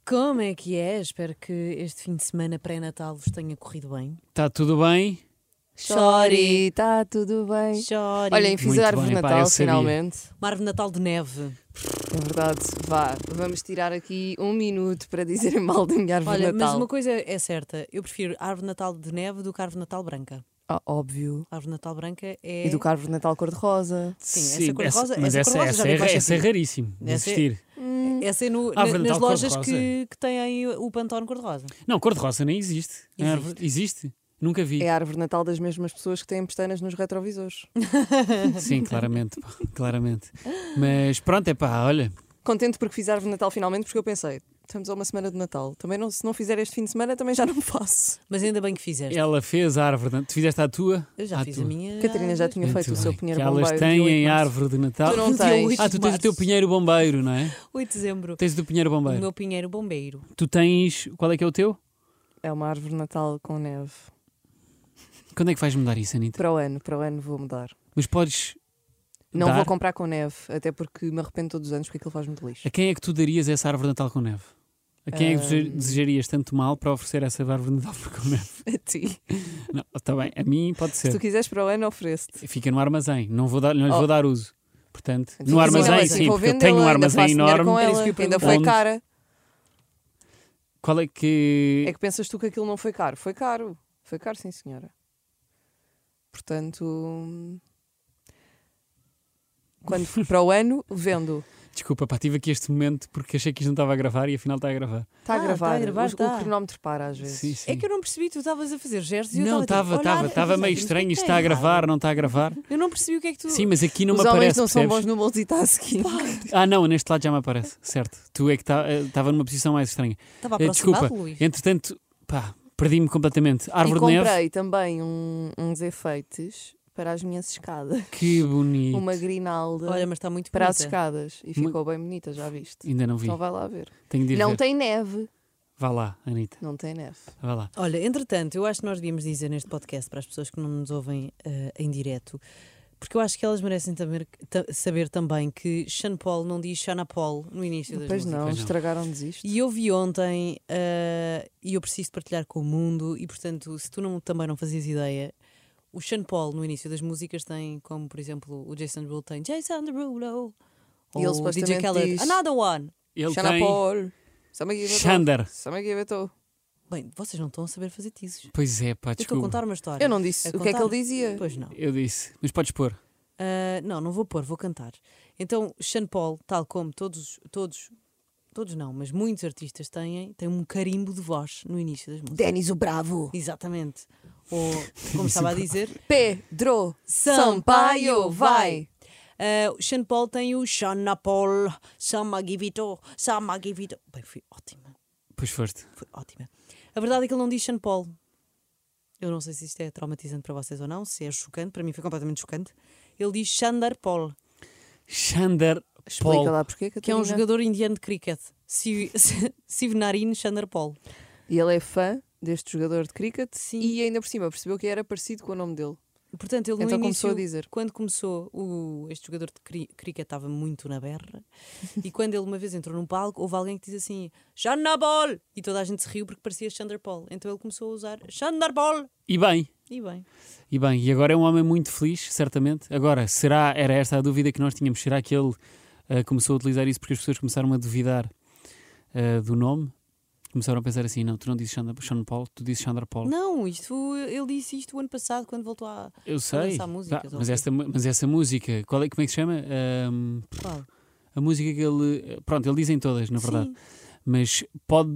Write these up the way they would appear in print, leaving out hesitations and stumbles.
Como é que é? Espero que este fim de semana pré-natal vos tenha corrido bem. Está tudo bem? Chore, está tudo bem. Chore. Olhem, fiz Muito a árvore de bem, pá, Natal eu sabia. finalmente. Uma árvore de Natal de neve. É verdade, vá. Vamos tirar aqui um minuto para dizerem mal da minha árvore Olha, de Natal. mas uma coisa é certa. Eu prefiro árvore de Natal de neve do que árvore de Natal branca. Óbvio. A árvore de Natal branca é... E do que a árvore de Natal cor-de-rosa. Sim, essa cor-de-rosa- mas essa cor-de-rosa já vem com essa é sentido. raríssimo de Essa é- existir. Essa é Árvore de nas Natal lojas cor-de-rosa. que têm o Pantone cor-de-rosa. Não, cor-de-rosa nem existe. A Existe. árvore- existe? Nunca vi. É a árvore de Natal das mesmas pessoas que têm pestanas nos retrovisores. Sim, claramente, pá, claramente. Mas pronto, é pá, olha. Contente porque fiz a árvore de Natal finalmente, porque eu pensei, estamos a uma semana de Natal. Também não, se não fizer este fim de semana, também já não faço. Mas ainda bem que fizeste. Ela fez a árvore. Tu fizeste a tua? Eu já À fiz tua. a minha. Catarina já tinha Muito feito o seu bem. pinheiro Que elas bombeiro. têm 8 de em março. árvore de Natal. Tu não Dia tens. 8 Ah, tu tens o teu pinheiro bombeiro, não é? 8 de dezembro. Tens o teu pinheiro O bombeiro. meu pinheiro bombeiro. Tu tens. Qual é que é o teu? É uma árvore de Natal com neve. Quando é que vais mudar isso, Anitta? Para o ano vou mudar. Mas podes. Não dar? vou comprar com neve, até porque me arrependo todos os anos porque aquilo faz muito lixo. A quem é que tu darias essa árvore de Natal com neve? A quem é que desejarias tanto mal para oferecer essa árvore de Natal com neve? A ti. Não, está bem, a mim pode Se tu ser. quiseres para o ano, ofereço-te. Fica no armazém, não lhe Oh. vou dar uso. Portanto, Então, no assim, armazém, não, assim, sim, vou porque eu tenho um vendê-la, ainda armazém faço dinheiro enorme. com Era isso ela, que eu ia ainda perguntar. foi cara. Qual é que. É que pensas tu que aquilo não foi caro? Foi caro. Foi caro, sim, senhora. Portanto, quando for para o ano, vendo. Desculpa, pá, tive aqui este momento porque achei que isto não estava a gravar e afinal está a gravar. Está a gravar. está. O cronómetro para às vezes. Sim, sim. É que eu não percebi, tu estavas a fazer gestos e eu Não, estava tipo, a olhar, estava meio mas estranho. o que Isto é está a que gravar, errado? não está a gravar. Eu não percebi o que é que tu... Sim, mas aqui não Os me homens aparece. não são percebes? bons no multitasking. Ah, não, neste lado já me aparece, certo. Tu é que estava numa posição mais estranha. Estava Desculpa, aproximado, Luís. entretanto, pá, perdi-me completamente. Árvore E de neve, comprei também uns efeitos para as minhas escadas. que bonito. Uma grinalda Olha, mas está muito para as bonita. escadas. E ficou bem bonita, já viste? Ainda não vi. Só vai lá ver. Tenho de ir Não ver. tem neve. Vá lá, Anitta, Não tem neve. vá lá. Olha, entretanto, eu acho que nós devíamos dizer neste podcast para as pessoas que não nos ouvem em direto, porque eu acho que elas merecem saber também que Sean Paul não diz Shana Paul no início das Pois músicas. não, Pois não. estragaram-nos isto. E eu vi ontem e eu preciso partilhar com o mundo e, portanto, se tu também não fazias ideia, o Sean Paul no início das músicas tem, como por exemplo, o Jason Derulo tem Jason Derulo, E ele ou o DJ supostamente Khaled, diz- Another One. Ele Shana tem Paul. Sama give it Xander. all. Sama give it all. Bem, vocês não estão a saber fazer teases. Pois é, pá, Eu estou a desculpa. contar uma história. Eu não disse A o que é que contar? ele dizia. Pois não. Eu disse, mas podes pôr. Não vou pôr, vou cantar. Então, Sean Paul, tal como todos não, mas muitos artistas têm um carimbo de voz no início das músicas. Denis o Bravo. Exatamente. Ou, como estava a dizer, Pedro Sampaio, Sampaio, vai. O Sean Paul tem o Shana Paul, Sama Give It All, Sama Give It All. Bem, foi ótima. Pois foste. Foi ótima. A verdade é que ele não diz Sean Paul. Eu não sei se isto é traumatizante para vocês ou não, se é chocante, para mim foi completamente chocante. Ele diz Chandar Paul, Xander Explica Paul. lá porquê, que é Catarina. um jogador indiano de cricket. Sivnarine Chandar Paul. E ele é fã deste jogador de cricket. Sim. E ainda por cima percebeu que era parecido com o nome dele. Portanto, ele no Então início, começou a dizer. quando começou, este jogador de cricket estava muito na berra e quando ele uma vez entrou num palco, houve alguém que diz assim Chandar Paul! E toda a gente se riu porque parecia Chandar Paul. Então ele começou a usar Chandar Paul! E bem, E bem, e agora é um homem muito feliz, certamente. Agora, era esta a dúvida que nós tínhamos? Será que ele começou a utilizar isso porque as pessoas começaram a duvidar do nome? Começaram a pensar assim, não, tu não dizes Sean Paul, tu dizes Chandra Paul. não, ele disse isto o ano passado quando voltou a Eu sei, lançar músicas, ou mas, o quê? mas essa música, como é que se chama? Qual? A música que ele... Pronto, ele diz em todas, na verdade. Sim. Mas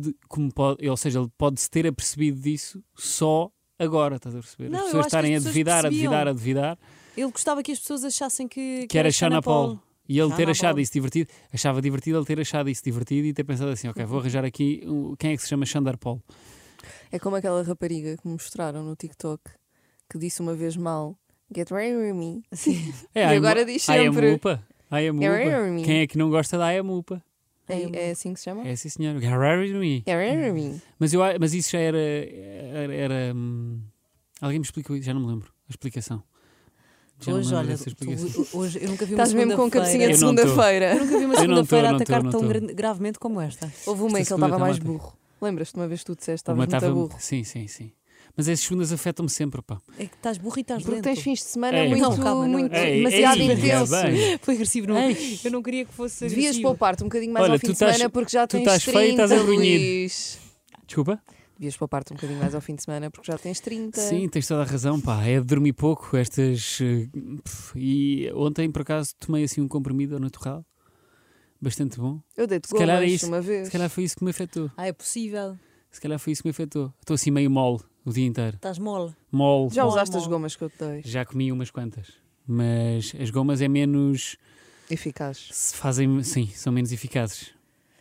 ou seja, ele pode-se ter apercebido disso só agora, estás a perceber? Não, As eu pessoas acho que estarem as a pessoas duvidar, percebiam. a duvidar, Ele gostava que as pessoas achassem que que era Shana Paul. E ele ter Shana achado Paul. isso divertido, achava divertido ele ter achado isso divertido e ter pensado assim, ok, vou arranjar aqui, quem é que se chama Chandar Paul? É como aquela rapariga que me mostraram no TikTok que disse uma vez mal Get ready with me. Sim. É, E agora diz sempre. Mupa. Ai, a Mupa. Get Quem é que não gosta da Ai, a Mupa? É assim que se chama? É sim, senhor. Get ready with me. Get ready with me. Mas isso já era alguém me explicou isso, já não me lembro a explicação. Já não Hoje, lembro olha, dessa explicação. hoje eu nunca vi uma Estás mesmo com cabecinha de Eu não tô. segunda-feira. Eu nunca vi uma Eu não tô, segunda-feira a não tô, atacar não tão tô. gravemente como esta. Houve uma em Esta que ele estava segunda mais tá burro. Lembras-te uma vez que tu disseste que Uma estavas muito tava- burro? Sim. Mas as segundas afetam-me sempre, pá. É que estás burro e estás Porque lento. tens fins de semana Ei, muito, não, calma, não, muito Ei, demasiado ei, intensos. bem. Foi agressivo, não, Ei. eu não queria que fosse Devias agressivo. poupar-te um bocadinho mais Olha, ao fim tu de semana estás- porque já tu tens estás 30, feio, estás a grunhir. Luís. Desculpa? Devias poupar-te um bocadinho mais ao fim de semana porque já tens 30. Sim, tens toda a razão, pá. É de dormir pouco estas. E ontem, por acaso, tomei assim um comprimido ao natural. Bastante bom. Eu dei-te Se calhar é gomas isso. uma vez. Se calhar foi isso que me afetou. É possível. Estou assim meio mole o dia inteiro. Estás mole. Mole. Já Mole, usaste as mole. gomas que eu te dei. Já comi umas quantas. Mas as gomas é menos. Eficaz. Se fazem. Sim, são menos eficazes.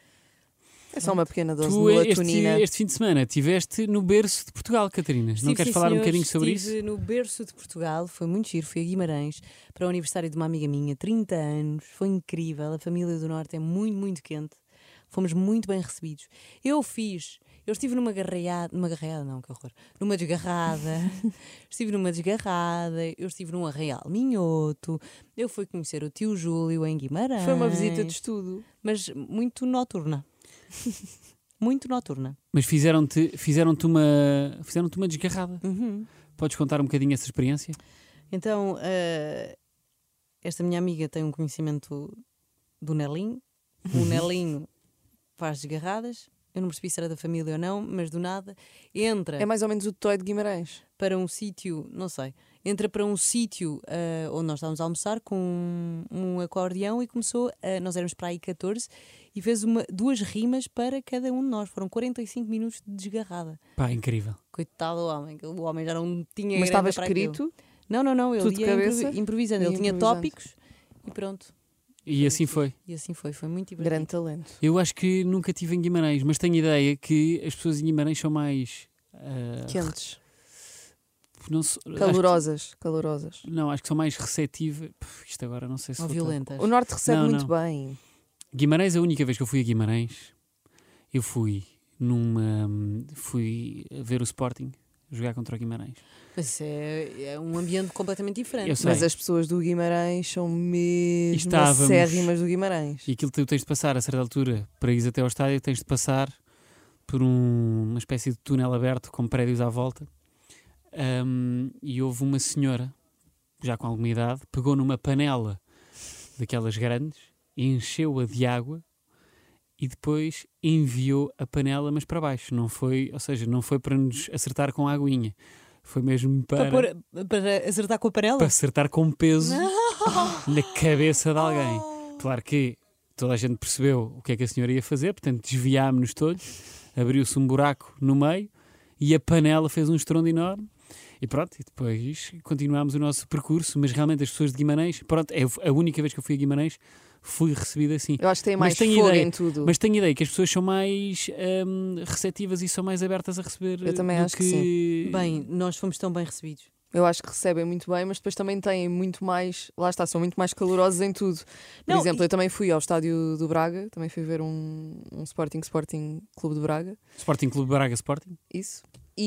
É só uma pequena dose de Tu, melatonina. este fim de semana, estiveste no berço de Portugal, Catarina. Não Estive, queres sim, falar um senhor. bocadinho sobre Estive isso? no berço de Portugal, foi muito giro, fui a Guimarães para o aniversário de uma amiga minha, 30 anos, foi incrível, a família do Norte é muito, muito quente, fomos muito bem recebidos. Eu estive numa garreada não, que horror, numa desgarrada, estive numa desgarrada, eu estive num arraial minhoto, eu fui conhecer o tio Júlio em Guimarães. Foi uma visita de estudo. Mas muito noturna. Muito noturna. Mas fizeram-te uma desgarrada. Uhum. Podes contar um bocadinho essa experiência? Então, esta minha amiga tem um conhecimento do Nelinho. O Nelinho faz desgarradas. Eu não percebi se era da família ou não, mas do nada entra É mais ou menos o Toy de Guimarães. para um sítio, não sei, entra para um sítio onde nós estávamos a almoçar com um acordeão e começou, nós éramos para aí 14 e fez duas rimas para cada um de nós. Foram 45 minutos de desgarrada. Pá, incrível. Coitado do homem, que o homem já não tinha Mas grana estava para aquilo. escrito. Não, ele Tudo de ia cabeça? improvisando. Ia Ele tinha improvisando. tópicos e pronto. E assim foi. E assim foi muito divertido. Grande talento. Eu acho que nunca estive em Guimarães, mas tenho ideia que as pessoas em Guimarães são mais. Quentes. Não sou- Calorosas. acho que são mais receptivas. Isto agora não sei se Ou vou violentas. O Norte recebe Não, muito não. bem. Guimarães, a única vez que eu fui a Guimarães, eu fui a ver o Sporting jogar contra o Guimarães. Mas é um ambiente completamente diferente. Eu sei. Mas as pessoas do Guimarães são mesmo Estávamos- acérrimas do Guimarães. E aquilo que tu tens de passar a certa altura para ir até ao estádio, tens de passar por uma espécie de túnel aberto com prédios à volta. E houve uma senhora, já com alguma idade, pegou numa panela daquelas grandes, encheu-a de água e depois enviou a panela, mas para baixo. Não foi para nos acertar com a aguinha. Foi mesmo Para acertar com a panela? para acertar com peso na cabeça de alguém. Claro que toda a gente percebeu o que é que a senhora ia fazer, portanto desviámos-nos todos, abriu-se um buraco no meio e a panela fez um estrondo enorme. E pronto, e depois continuámos o nosso percurso, mas realmente as pessoas de Guimarães, pronto, é a única vez que eu fui a Guimarães, fui recebido assim. Eu acho que tem Mas mais tenho fogo ideia- em tudo. Mas tenho ideia que as pessoas são mais receptivas e são mais abertas a receber Eu também do acho que Bem, nós fomos tão bem recebidos. Eu acho que recebem muito bem, mas depois também têm muito mais. Lá está, são muito mais calorosos em tudo. Por Não, exemplo, eu também fui ao estádio do Braga, também fui ver um Sporting Clube de Braga. Sporting Clube Braga Sporting. Isso.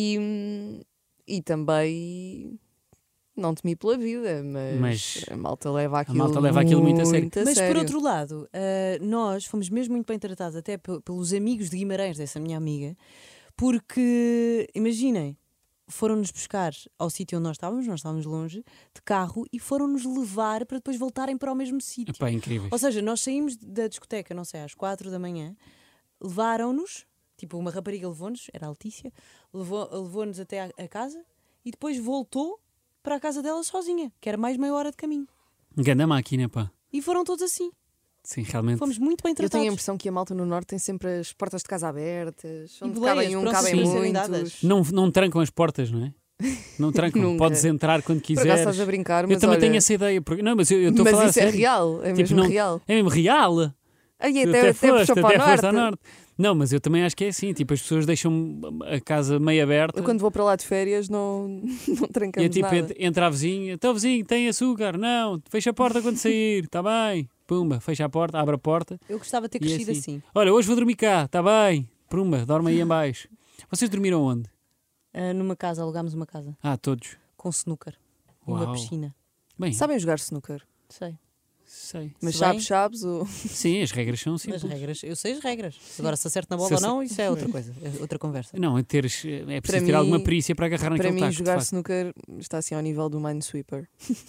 E também não temi pela vida, mas a malta leva aquilo, muito a sério. Mas por sério. outro lado, nós fomos mesmo muito bem tratados, até pelos amigos de Guimarães, dessa minha amiga, porque, imaginem, foram-nos buscar ao sítio onde nós estávamos longe, de carro, e foram-nos levar para depois voltarem para o mesmo sítio. Epá, incríveis. Ou seja, nós saímos da discoteca, não sei, às 4 da manhã, levaram-nos, tipo uma rapariga levou-nos, era a Letícia, levou-nos até à casa e depois voltou para a casa dela sozinha, que era mais meia hora de caminho. Ganda máquina, pá. E foram todos assim. Sim, realmente. Fomos muito bem Eu tratados. tenho a impressão que a malta no Norte tem sempre as portas de casa abertas, E onde boleias, cabem um, pronto, cabem sim, muitos. dadas. Não trancam as portas, não é? Não trancam. Nunca. Podes entrar quando Por acaso quiseres. estás a brincar, Eu mas também olha, tenho essa ideia. Não, mas eu estou a mas falar a isso é sério. real, é Tipo, mesmo não- real. É mesmo real. Aí Tu até puxou para o foste ao norte. norte. Não, mas eu também acho que é assim. Tipo, as pessoas deixam a casa meio aberta. Eu quando vou para lá de férias não E trancamos é tipo, nada. entra a vizinha. Então, vizinho, tem açúcar? Não, fecha a porta quando sair. Está bem. Pumba, fecha a porta, abre a porta. Eu gostava de ter E é crescido assim. assim. Olha, hoje vou dormir cá. Está bem. Pumba, dorme aí em baixo. Vocês dormiram onde? Numa casa, alugámos uma casa Ah, todos. com snooker e uma Uau. piscina. Bem, Sabem jogar snooker? Sei. sei. Mas Se bem- sabes ou... Sim, as regras são As simples. regras, eu sei as regras. Agora, se acerto na bola Se ou não, isso é outra coisa, é outra conversa. Não, é preciso Para ter alguma mim- perícia para agarrar Para naquele mim, taco. de jogar facto. snooker está assim ao nível do Minesweeper.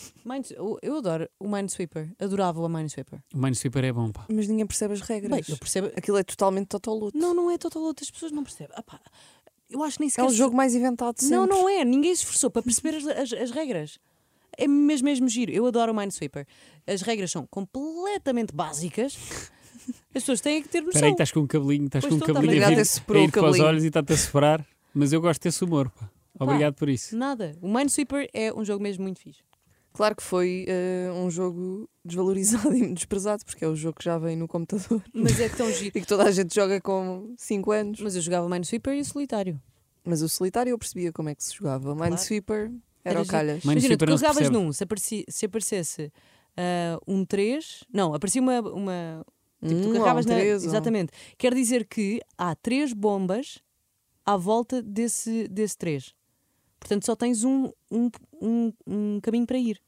Eu adoro o Minesweeper. Adorava o Minesweeper. O Minesweeper é bom, pá. Mas ninguém percebe as regras. Bem, eu percebo. Aquilo é totalmente totoluto. Não é total outras pessoas não percebem. Ah, pá, eu acho que nem sequer. É o jogo mais inventado de sempre. Não é. Ninguém se esforçou para perceber as regras. É mesmo giro. Eu adoro o Minesweeper. As regras são completamente básicas. As pessoas têm que ter noção. Espera aí que estás com um cabelinho, Pois estou, a também. vir, Obrigado, a esse soprou ir o para os cabelinho. olhos e está-te a soprar. Mas eu gosto desse humor, pá. Obrigado por isso. Nada. O Minesweeper é um jogo mesmo muito fixe. Claro que foi um jogo desvalorizado e desprezado, porque é o jogo que já vem no computador Mas é tão giro. e que toda a gente joga com 5 anos. Mas eu jogava o Minesweeper e o Solitário. Mas o solitário eu percebia como é que se jogava. O Minesweeper era o giro. calhas. Mas- Imagina, tu Minesweeper não se carregavas percebe. num, se aparecesse um 3, não, aparecia uma tipo, tu Ou carregavas um na. 3, ou- Exatamente. Quer dizer que há 3 bombas à volta desse 3. Portanto, só tens um caminho para ir.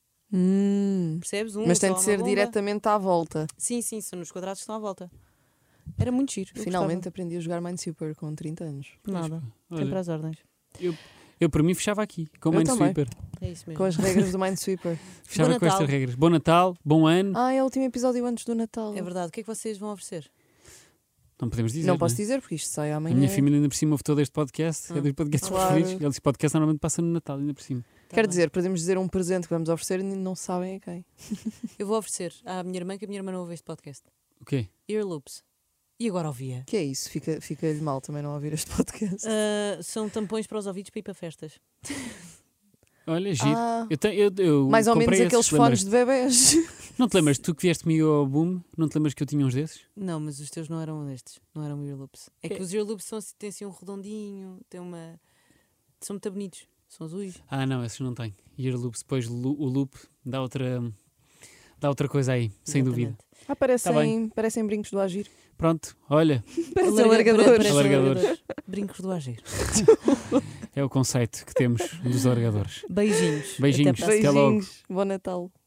Percebes? Mas tem só de uma ser bomba. diretamente à volta. Sim, são nos quadrados que estão à volta. Era muito giro. eu Finalmente aprendi a jogar Minesweeper com 30 anos. gostava. Nada. Olha, Sempre às ordens. eu por mim fechava aqui, com o Eu Minesweeper. É isso mesmo. Com as regras do Minesweeper. Fechava Bom com Natal. estas regras. Bom Natal, bom ano. Ah, é o último episódio antes do Natal. É verdade. O que é que vocês vão oferecer? Não podemos dizer. Não posso é? dizer porque isto sai A amanhã. minha família ainda por cima ouve todo este podcast. É dos podcasts Claro. preferidos. Eles podcast normalmente passa no Natal, ainda por cima. Tá Quer bem. dizer, podemos dizer um presente que vamos oferecer e não sabem a quem. Eu vou oferecer à minha irmã, que a minha irmã não ouve este podcast. O quê? Earloops. E agora ouvia. Que é isso? Fica-lhe mal também não ouvir este podcast. São tampões para os ouvidos para ir para festas. Olha, giro. Ah, Eu mais ou menos comprei aqueles esses, fones lembras-te? de bebés. Não te lembras? Tu que vieste comigo ao Boom, não te lembras que eu tinha uns desses? Não, mas os teus não eram destes. Não eram Earloops. É que É. os Earloops têm assim um redondinho, têm uma. São muito bonitos. São azuis. Ah, não, esses não tenho. Earloops, depois o loop dá outra coisa aí, sem dúvida. Exatamente. Tá Parecem brincos do Agir. Pronto, olha, Parecem alargadores. Parece Alargadores. Brincos do Agir. é o conceito que temos dos alargadores. Beijinhos. Beijinhos. Até para a Até logo. Beijinhos. Bom Natal.